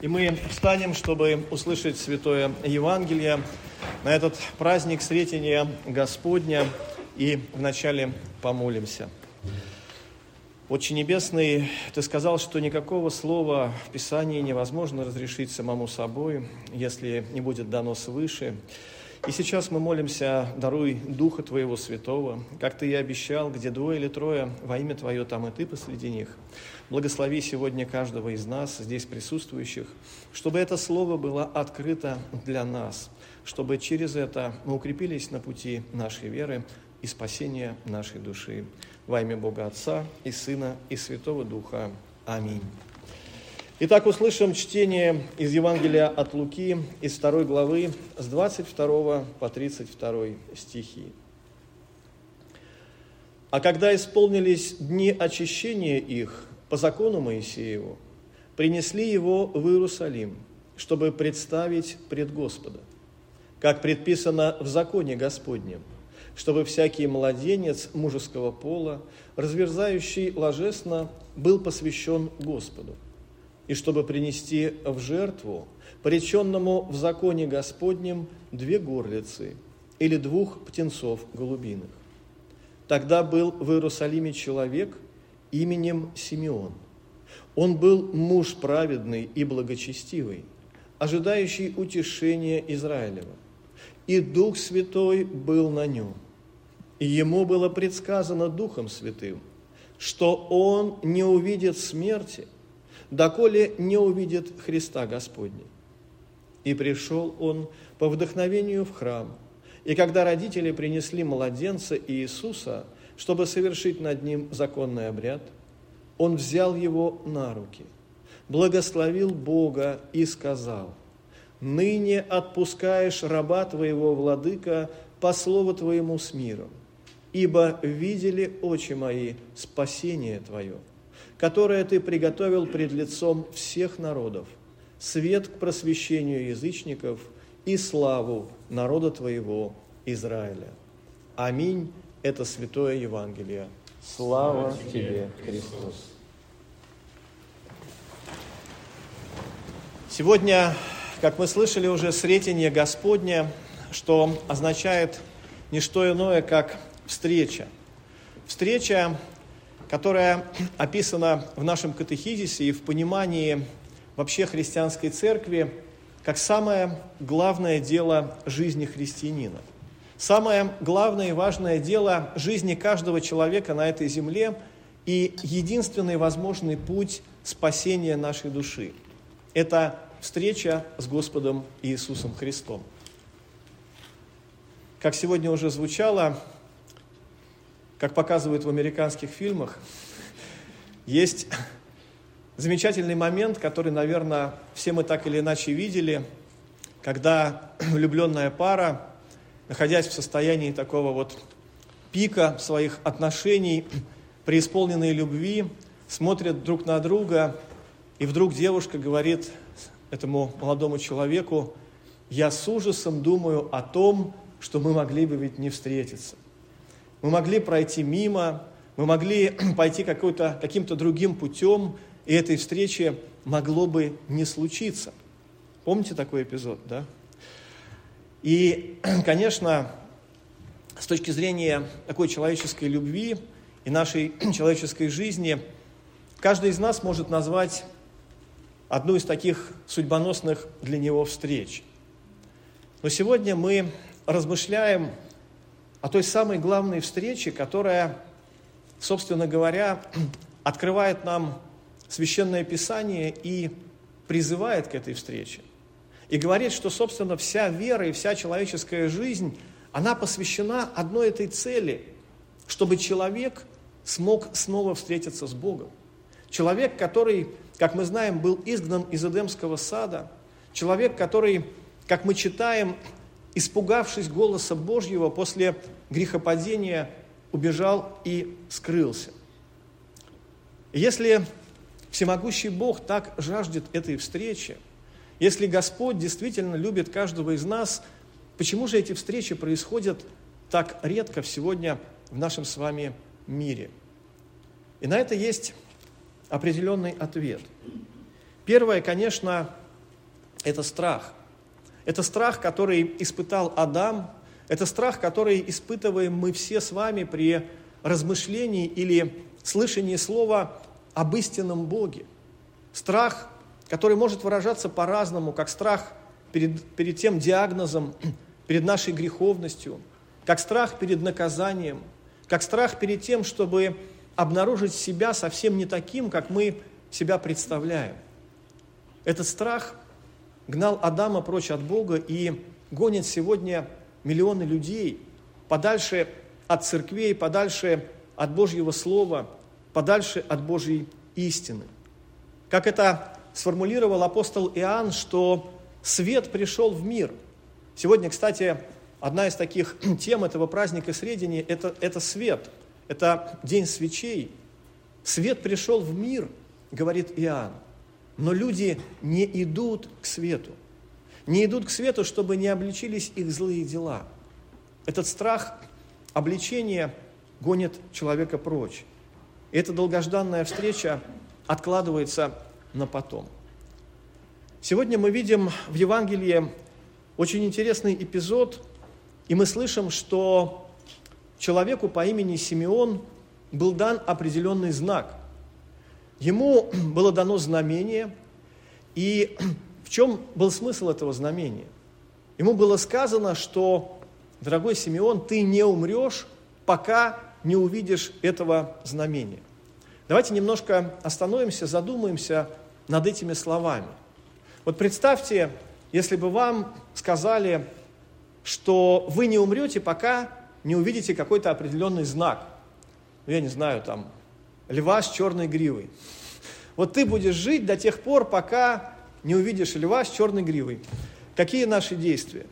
И мы встанем, чтобы услышать Святое Евангелие на этот праздник Сретения Господня, и вначале помолимся. Отче Небесный, Ты сказал, что никакого слова в Писании невозможно разрешить самому собой, если не будет дано свыше. И сейчас мы молимся: даруй Духа Твоего Святого, как Ты и обещал, где двое или трое во имя Твое, там и Ты посреди них. Благослови сегодня каждого из нас, здесь присутствующих, чтобы это слово было открыто для нас, чтобы через это мы укрепились на пути нашей веры и спасения нашей души. Во имя Бога Отца и Сына и Святого Духа. Аминь. Итак, услышим чтение из Евангелия от Луки, из 2 главы, с 22 по 32 стихи. «А когда исполнились дни очищения их по закону Моисееву, принесли его в Иерусалим, чтобы представить пред Господа, как предписано в законе Господнем, чтобы всякий младенец мужеского пола, разверзающий ложесно, был посвящен Господу, и чтобы принести в жертву пореченному в законе Господнем 2 горлицы или 2 птенцов голубиных. Тогда был в Иерусалиме человек именем Симеон. Он был муж праведный и благочестивый, ожидающий утешения Израилева. И Дух Святой был на нем. И ему было предсказано Духом Святым, что он не увидит смерти, доколе не увидит Христа Господня. И пришел он по вдохновению в храм, и когда родители принесли младенца Иисуса, чтобы совершить над ним законный обряд, он взял его на руки, благословил Бога и сказал: «Ныне отпускаешь раба твоего, владыка, по слову твоему с миром, ибо видели очи мои спасение твое, которое ты приготовил пред лицом всех народов, свет к просвещению язычников и славу народа твоего Израиля». Аминь. Это Святое Евангелие. Слава Тебе, Христос. Сегодня, как мы слышали уже, Сретение Господня, что означает не что иное, как встреча. Встреча, которая описана в нашем катехизисе и в понимании вообще христианской церкви как самое главное дело жизни христианина. Самое главное и важное дело жизни каждого человека на этой земле и единственный возможный путь спасения нашей души – это встреча с Господом Иисусом Христом. Как сегодня уже звучало, как показывают в американских фильмах, есть замечательный момент, который, наверное, все мы так или иначе видели, когда влюбленная пара, находясь в состоянии такого вот пика своих отношений, преисполненной любви, смотрят друг на друга, и вдруг девушка говорит этому молодому человеку: «Я с ужасом думаю о том, что мы могли бы ведь не встретиться. Мы могли пройти мимо, мы могли пойти каким-то другим путем, и этой встречи могло бы не случиться». Помните такой эпизод, да? И, конечно, с точки зрения такой человеческой любви и нашей человеческой жизни, каждый из нас может назвать одну из таких судьбоносных для него встреч. Но сегодня мы размышляем о той самой главной встрече, которая, собственно говоря, открывает нам Священное Писание и призывает к этой встрече. И говорит, что, собственно, вся вера и вся человеческая жизнь, она посвящена одной этой цели, чтобы человек смог снова встретиться с Богом. Человек, который, как мы знаем, был изгнан из Эдемского сада, человек, который, как мы читаем, испугавшись голоса Божьего после грехопадения, убежал и скрылся. И если всемогущий Бог так жаждет этой встречи, если Господь действительно любит каждого из нас, почему же эти встречи происходят так редко сегодня в нашем с вами мире? И на это есть определенный ответ. Первое, конечно, – это страх. Это страх, который испытал Адам, это страх, который испытываем мы все с вами при размышлении или слышании слова об истинном Боге. Страх, который может выражаться по-разному, как страх перед тем диагнозом, перед нашей греховностью, как страх перед наказанием, как страх перед тем, чтобы обнаружить себя совсем не таким, как мы себя представляем. Этот страх гнал Адама прочь от Бога и гонит сегодня миллионы людей подальше от церквей, подальше от Божьего Слова, подальше от Божьей истины. Как это сформулировал апостол Иоанн, что свет пришел в мир. Сегодня, кстати, одна из таких тем этого праздника Средения – это свет, это День свечей. Свет пришел в мир, говорит Иоанн, но люди не идут к свету. Не идут к свету, чтобы не обличились их злые дела. Этот страх обличения гонит человека прочь. И эта долгожданная встреча откладывается на потом. Сегодня мы видим в Евангелии очень интересный эпизод, и мы слышим, что человеку по имени Симеон был дан определенный знак. Ему было дано знамение, и в чем был смысл этого знамения? Ему было сказано, что, дорогой Симеон, ты не умрешь, пока не увидишь этого знамения. Давайте немножко остановимся, задумаемся над этими словами. Вот представьте, если бы вам сказали, что вы не умрете, пока не увидите какой-то определенный знак. Ну, я не знаю, там, льва с черной гривой. Вот ты будешь жить до тех пор, пока не увидишь льва с черной гривой. Какие наши действия?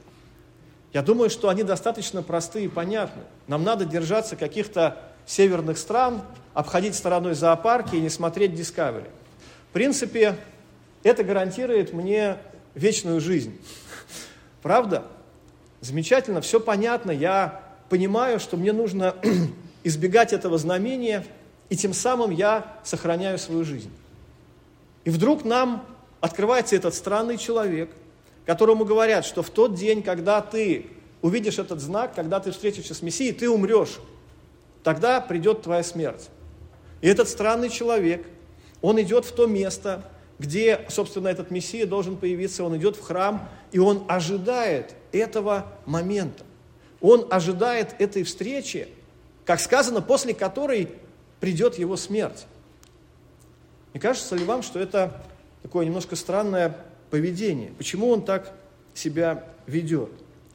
Я думаю, что они достаточно простые и понятны. Нам надо держаться каких-то северных стран, обходить стороной зоопарки и не смотреть Discovery. В принципе, это гарантирует мне вечную жизнь. Правда? Замечательно, все понятно. Я понимаю, что мне нужно избегать этого знамения, и тем самым я сохраняю свою жизнь. И вдруг нам открывается этот странный человек, которому говорят, что в тот день, когда ты увидишь этот знак, когда ты встретишься с Мессией, ты умрешь. Тогда придет твоя смерть. И этот странный человек, он идет в то место, где, собственно, этот Мессия должен появиться, он идет в храм, и он ожидает этого момента. Он ожидает этой встречи, как сказано, после которой придет его смерть. Не кажется ли вам, что это такое немножко странное поведение? Почему он так себя ведет?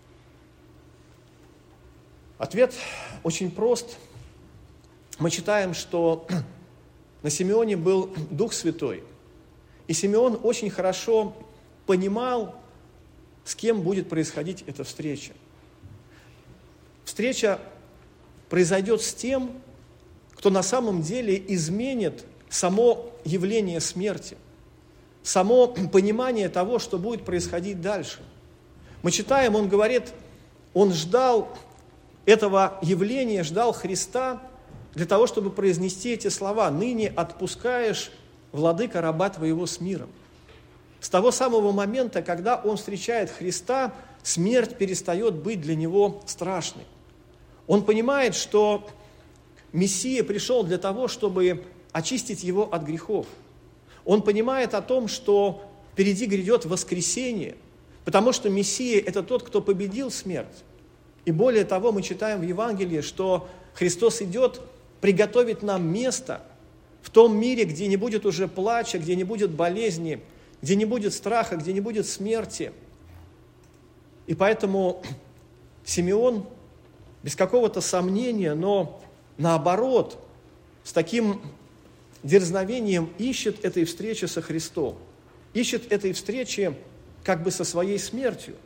Ответ очень прост. Мы читаем, что на Симеоне был Дух Святой, и Симеон очень хорошо понимал, с кем будет происходить эта встреча. Встреча произойдет с тем, кто на самом деле изменит само явление смерти, само понимание того, что будет происходить дальше. Мы читаем, он говорит, он ждал этого явления, ждал Христа для того, чтобы произнести эти слова: «Ныне отпускаешь, владыка, раба твоего с миром». С того самого момента, когда он встречает Христа, смерть перестает быть для него страшной. Он понимает, что Мессия пришел для того, чтобы очистить его от грехов. Он понимает о том, что впереди грядет воскресение, потому что Мессия – это тот, кто победил смерть. И более того, мы читаем в Евангелии, что Христос идет приготовить нам место в том мире, где не будет уже плача, где не будет болезни, где не будет страха, где не будет смерти. И поэтому Симеон без какого-то сомнения, но наоборот, с таким дерзновением ищет этой встречи со Христом, ищет этой встречи как бы со своей смертью.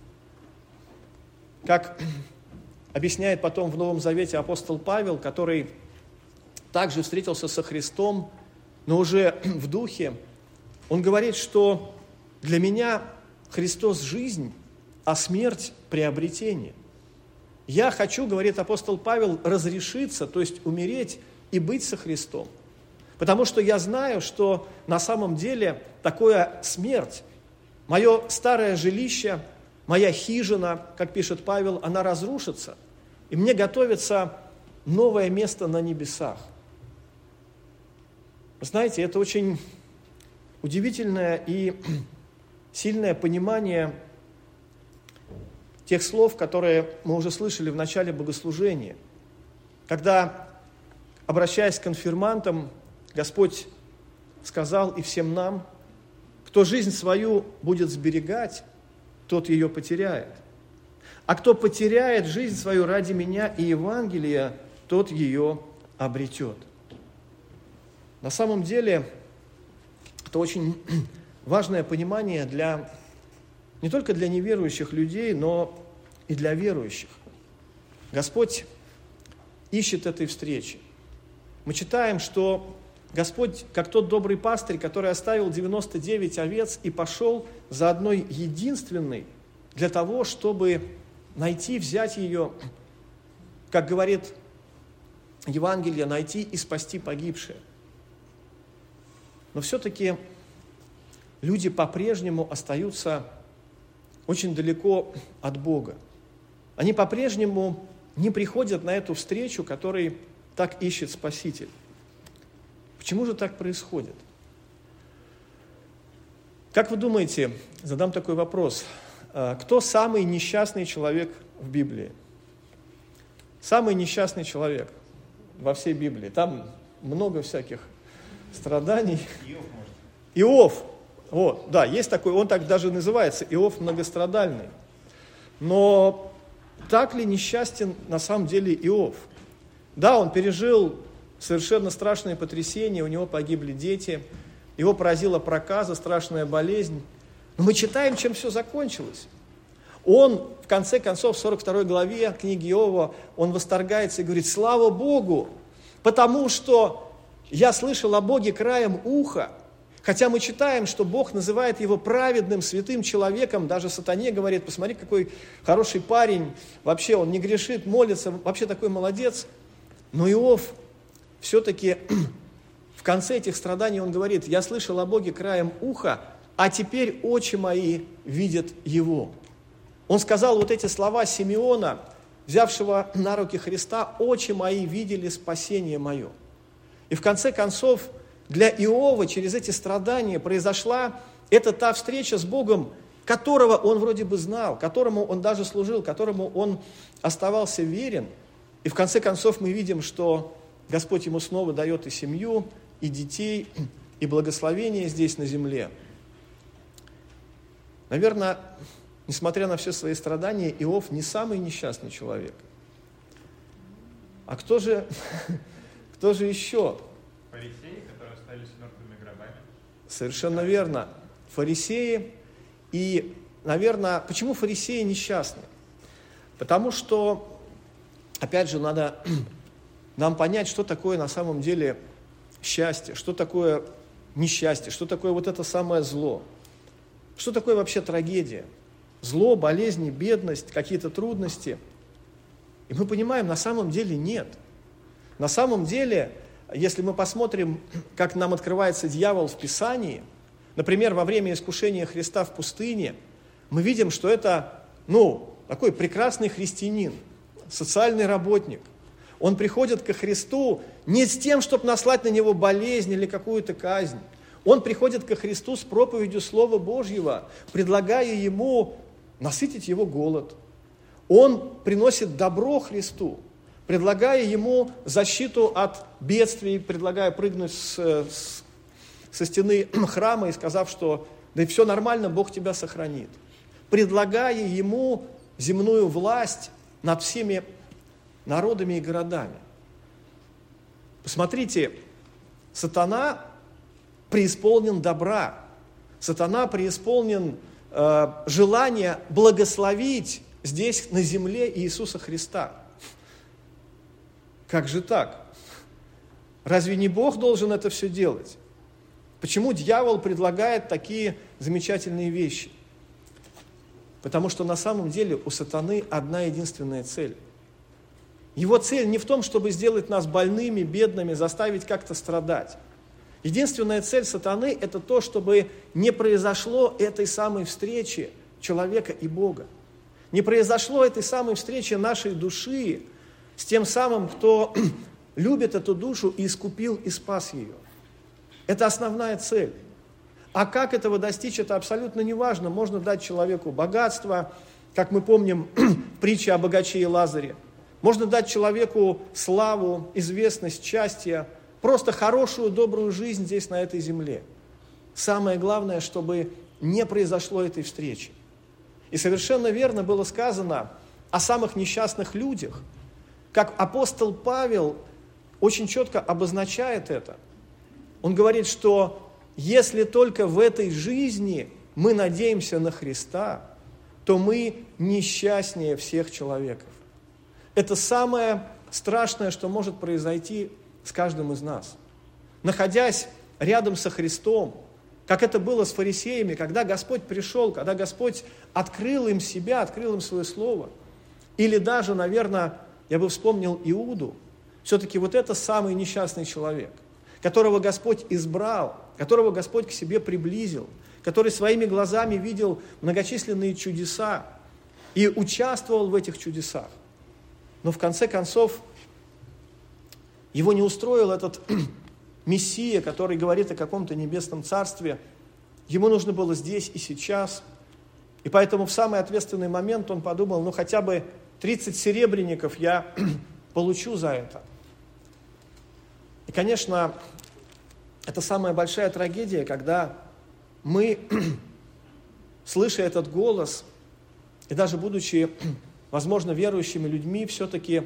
Как объясняет потом в Новом Завете апостол Павел, который также встретился со Христом, но уже в духе, он говорит, что для меня Христос – жизнь, а смерть – приобретение. Я хочу, говорит апостол Павел, разрешиться, то есть умереть и быть со Христом. Потому что я знаю, что на самом деле такая смерть, мое старое жилище, моя хижина, как пишет Павел, она разрушится, и мне готовится новое место на небесах. Вы знаете, это очень удивительное и сильное понимание тех слов, которые мы уже слышали в начале богослужения. Когда, обращаясь к конфирмантам, Господь сказал и всем нам: кто жизнь свою будет сберегать, тот ее потеряет. А кто потеряет жизнь свою ради меня и Евангелия, тот ее обретет. На самом деле, это очень важное понимание не только для неверующих людей, но и для верующих. Господь ищет этой встречи. Мы читаем, что Господь, как тот добрый пастырь, который оставил 99 овец и пошел за одной единственной для того, чтобы найти, взять ее, как говорит Евангелие, найти и спасти погибшее. Но все-таки люди по-прежнему остаются очень далеко от Бога. Они по-прежнему не приходят на эту встречу, которой так ищет Спаситель. Почему же так происходит? Как вы думаете, задам такой вопрос, кто самый несчастный человек в Библии? Самый несчастный человек во всей Библии. Там много всяких страданий. Иов. Вот, да, есть такой, он так даже называется, Иов многострадальный. Но так ли несчастен на самом деле Иов? Да, он пережил совершенно страшное потрясение, у него погибли дети, его поразила проказа, страшная болезнь. Но мы читаем, чем все закончилось. Он, в конце концов, в 42 главе книги Иова, он восторгается и говорит: слава Богу, потому что я слышал о Боге краем уха. Хотя мы читаем, что Бог называет его праведным, святым человеком, даже сатане говорит: посмотри, какой хороший парень, вообще он не грешит, молится, вообще такой молодец. Но Иов все-таки в конце этих страданий он говорит: я слышал о Боге краем уха, а теперь очи мои видят его. Он сказал вот эти слова Симеона, взявшего на руки Христа: очи мои видели спасение мое. И в конце концов, для Иова через эти страдания произошла та встреча с Богом, которого он вроде бы знал, которому он даже служил, которому он оставался верен. И в конце концов мы видим, что Господь ему снова дает и семью, и детей, и благословение здесь на земле. Наверное, несмотря на все свои страдания, Иов не самый несчастный человек. А кто же еще? Фарисеи, которые остались мертвыми гробами. Совершенно верно. Фарисеи. И, наверное, почему фарисеи несчастны? Потому что, опять же, надо нам понять, что такое на самом деле счастье, что такое несчастье, что такое вот это самое зло. Что такое вообще трагедия? Зло, болезни, бедность, какие-то трудности. И мы понимаем, на самом деле нет. На самом деле, если мы посмотрим, как нам открывается дьявол в Писании, например, во время искушения Христа в пустыне, мы видим, что это, такой прекрасный христианин, социальный работник. Он приходит ко Христу не с тем, чтобы наслать на него болезнь или какую-то казнь. Он приходит ко Христу с проповедью Слова Божьего, предлагая ему насытить его голод. Он приносит добро Христу, предлагая ему защиту от бедствий, предлагая прыгнуть со стены храма и сказав, что да и все нормально, Бог тебя сохранит. Предлагая ему земную власть над всеми народами и городами. Посмотрите, сатана преисполнен добра, сатана преисполнен желания благословить здесь на земле Иисуса Христа. Как же так? Разве не Бог должен это все делать? Почему дьявол предлагает такие замечательные вещи? Потому что на самом деле у сатаны одна единственная цель. Его цель не в том, чтобы сделать нас больными, бедными, заставить как-то страдать. Единственная цель сатаны – это то, чтобы не произошло этой самой встречи человека и Бога. Не произошло этой самой встречи нашей души с тем самым, кто любит эту душу и искупил и спас ее. Это основная цель. А как этого достичь, это абсолютно не важно. Можно дать человеку богатство, как мы помним в притче о богаче и Лазаре. Можно дать человеку славу, известность, счастье, просто хорошую, добрую жизнь здесь, на этой земле. Самое главное, чтобы не произошло этой встречи. И совершенно верно было сказано о самых несчастных людях, как апостол Павел очень четко обозначает это. Он говорит, что если только в этой жизни мы надеемся на Христа, то мы несчастнее всех человеков. Это самое страшное, что может произойти с каждым из нас. Находясь рядом со Христом, как это было с фарисеями, когда Господь пришел, когда Господь открыл им себя, открыл им свое слово, или даже, наверное, я бы вспомнил Иуду, все-таки вот это самый несчастный человек, которого Господь избрал, которого Господь к себе приблизил, который своими глазами видел многочисленные чудеса и участвовал в этих чудесах. Но в конце концов его не устроил этот Мессия, который говорит о каком-то небесном царстве. Ему нужно было здесь и сейчас. И поэтому в самый ответственный момент он подумал, ну хотя бы 30 серебряников я получу за это. И, конечно, это самая большая трагедия, когда мы, слыша этот голос, и даже будучи, возможно, верующими людьми, все-таки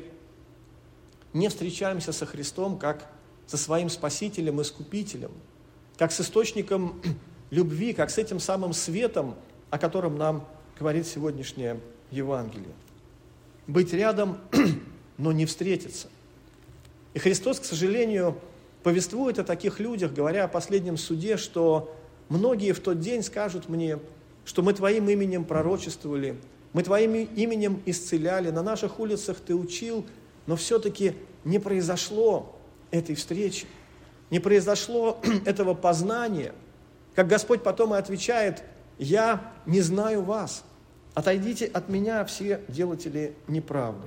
не встречаемся со Христом как со своим Спасителем, Искупителем, как с источником любви, как с этим самым светом, о котором нам говорит сегодняшнее Евангелие. Быть рядом, но не встретиться. И Христос, к сожалению, повествует о таких людях, говоря о последнем суде, что многие в тот день скажут мне, что мы Твоим именем пророчествовали, мы Твоим именем исцеляли, на наших улицах Ты учил, но все-таки не произошло этой встречи, не произошло этого познания. Как Господь потом и отвечает, «Я не знаю вас, отойдите от меня, все делатели неправды».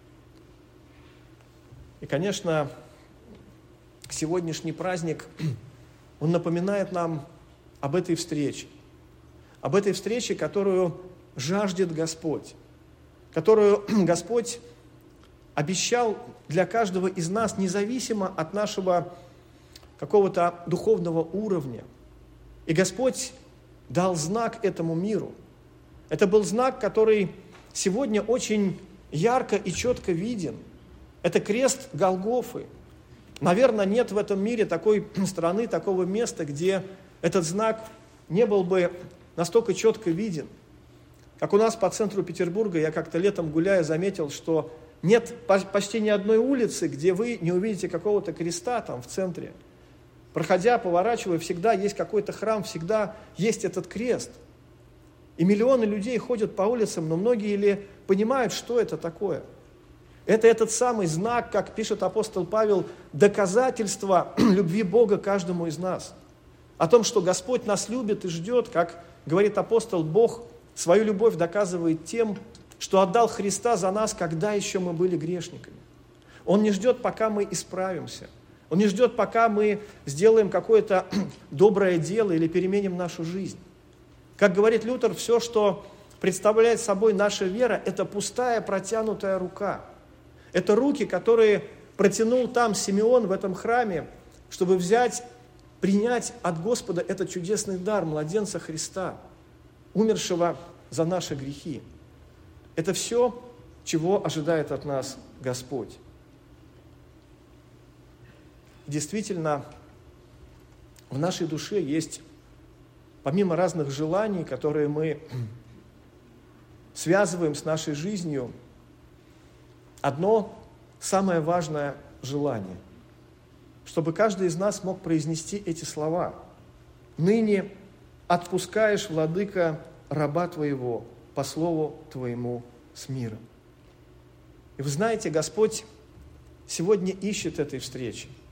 И, конечно, сегодняшний праздник, он напоминает нам об этой встрече, которую жаждет Господь, которую Господь обещал для каждого из нас, независимо от нашего какого-то духовного уровня. И Господь дал знак этому миру. Это был знак, который сегодня очень ярко и четко виден. Это крест Голгофы. Наверное, нет в этом мире такой страны, такого места, где этот знак не был бы настолько четко виден. Как у нас по центру Петербурга, я как-то летом гуляя заметил, что нет почти ни одной улицы, где вы не увидите какого-то креста там в центре. Проходя, поворачивая, всегда есть какой-то храм, всегда есть этот крест. И миллионы людей ходят по улицам, но многие ли понимают, что это такое? Это этот самый знак, как пишет апостол Павел, доказательство любви Бога каждому из нас. О том, что Господь нас любит и ждет, как говорит апостол, Бог свою любовь доказывает тем, что отдал Христа за нас, когда еще мы были грешниками. Он не ждет, пока мы исправимся. Он не ждет, пока мы сделаем какое-то доброе дело или переменим нашу жизнь. Как говорит Лютер, все, что представляет собой наша вера, это пустая протянутая рука. Это руки, которые протянул там Симеон в этом храме, чтобы взять, принять от Господа этот чудесный дар младенца Христа, умершего за наши грехи. Это все, чего ожидает от нас Господь. Действительно, в нашей душе есть, помимо разных желаний, которые мы связываем с нашей жизнью, одно самое важное желание, чтобы каждый из нас мог произнести эти слова. «Ныне отпускаешь, Владыка, раба Твоего, по слову Твоему с миром». И вы знаете, Господь сегодня ищет этой встречи.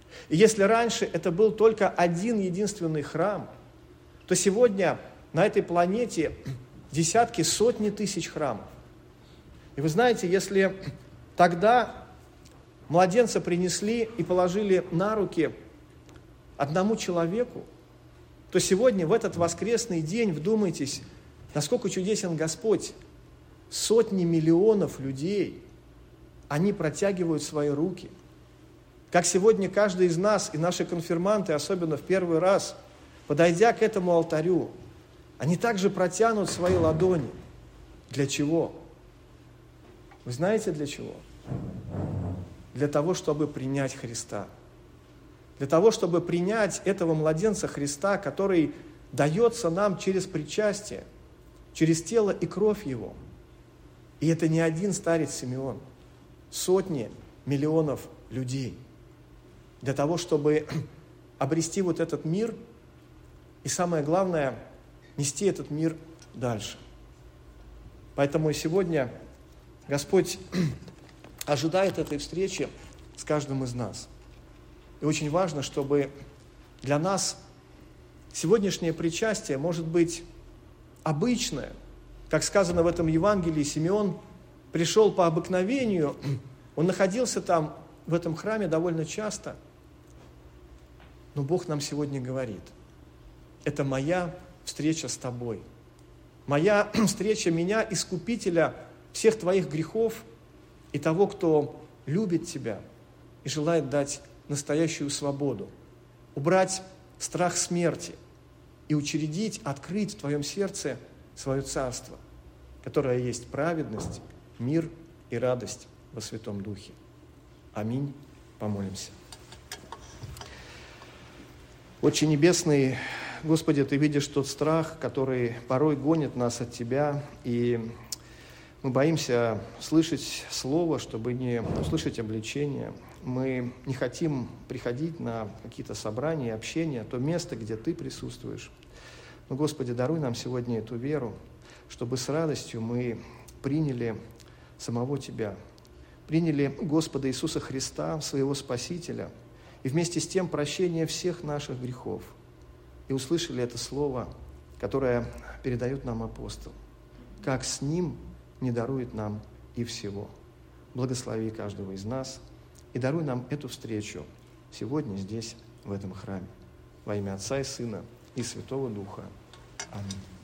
И если раньше это был только один единственный храм, то сегодня на этой планете десятки, сотни тысяч храмов. И вы знаете, если тогда младенца принесли и положили на руки одному человеку, то сегодня, в этот воскресный день, вдумайтесь, насколько чудесен Господь. Сотни миллионов людей, они протягивают свои руки. Как сегодня каждый из нас, и наши конфирманты, особенно в первый раз, подойдя к этому алтарю, они также протянут свои ладони. Для чего? Вы знаете для чего? Для того, чтобы принять Христа. Для того, чтобы принять этого младенца Христа, который дается нам через причастие, через тело и кровь Его. И это не один старец Симеон, сотни миллионов людей. Для того, чтобы обрести вот этот мир, и самое главное, нести этот мир дальше. Поэтому и сегодня Господь ожидает этой встречи с каждым из нас. И очень важно, чтобы для нас сегодняшнее причастие может быть обычное. Как сказано в этом Евангелии, Симеон пришел по обыкновению, он находился там, в этом храме довольно часто. Но Бог нам сегодня говорит: это моя встреча с тобой. Моя встреча меня, Искупителя всех твоих грехов и того, кто любит тебя и желает дать настоящую свободу, убрать страх смерти и учредить, открыть в твоем сердце свое царство, которое есть праведность, мир и радость во Святом Духе. Аминь. Помолимся. Отче Небесный, Господи, Ты видишь тот страх, который порой гонит нас от Тебя, и мы боимся слышать Слово, чтобы не услышать обличение. Мы не хотим приходить на какие-то собрания, общения, то место, где Ты присутствуешь. Но, Господи, даруй нам сегодня эту веру, чтобы с радостью мы приняли самого Тебя, приняли Господа Иисуса Христа, своего Спасителя, и вместе с тем прощение всех наших грехов. И услышали это слово, которое передает нам апостол. Как с Ним не дарует нам и всего. Благослови каждого из нас и даруй нам эту встречу сегодня здесь, в этом храме. Во имя Отца и Сына и Святого Духа. Аминь.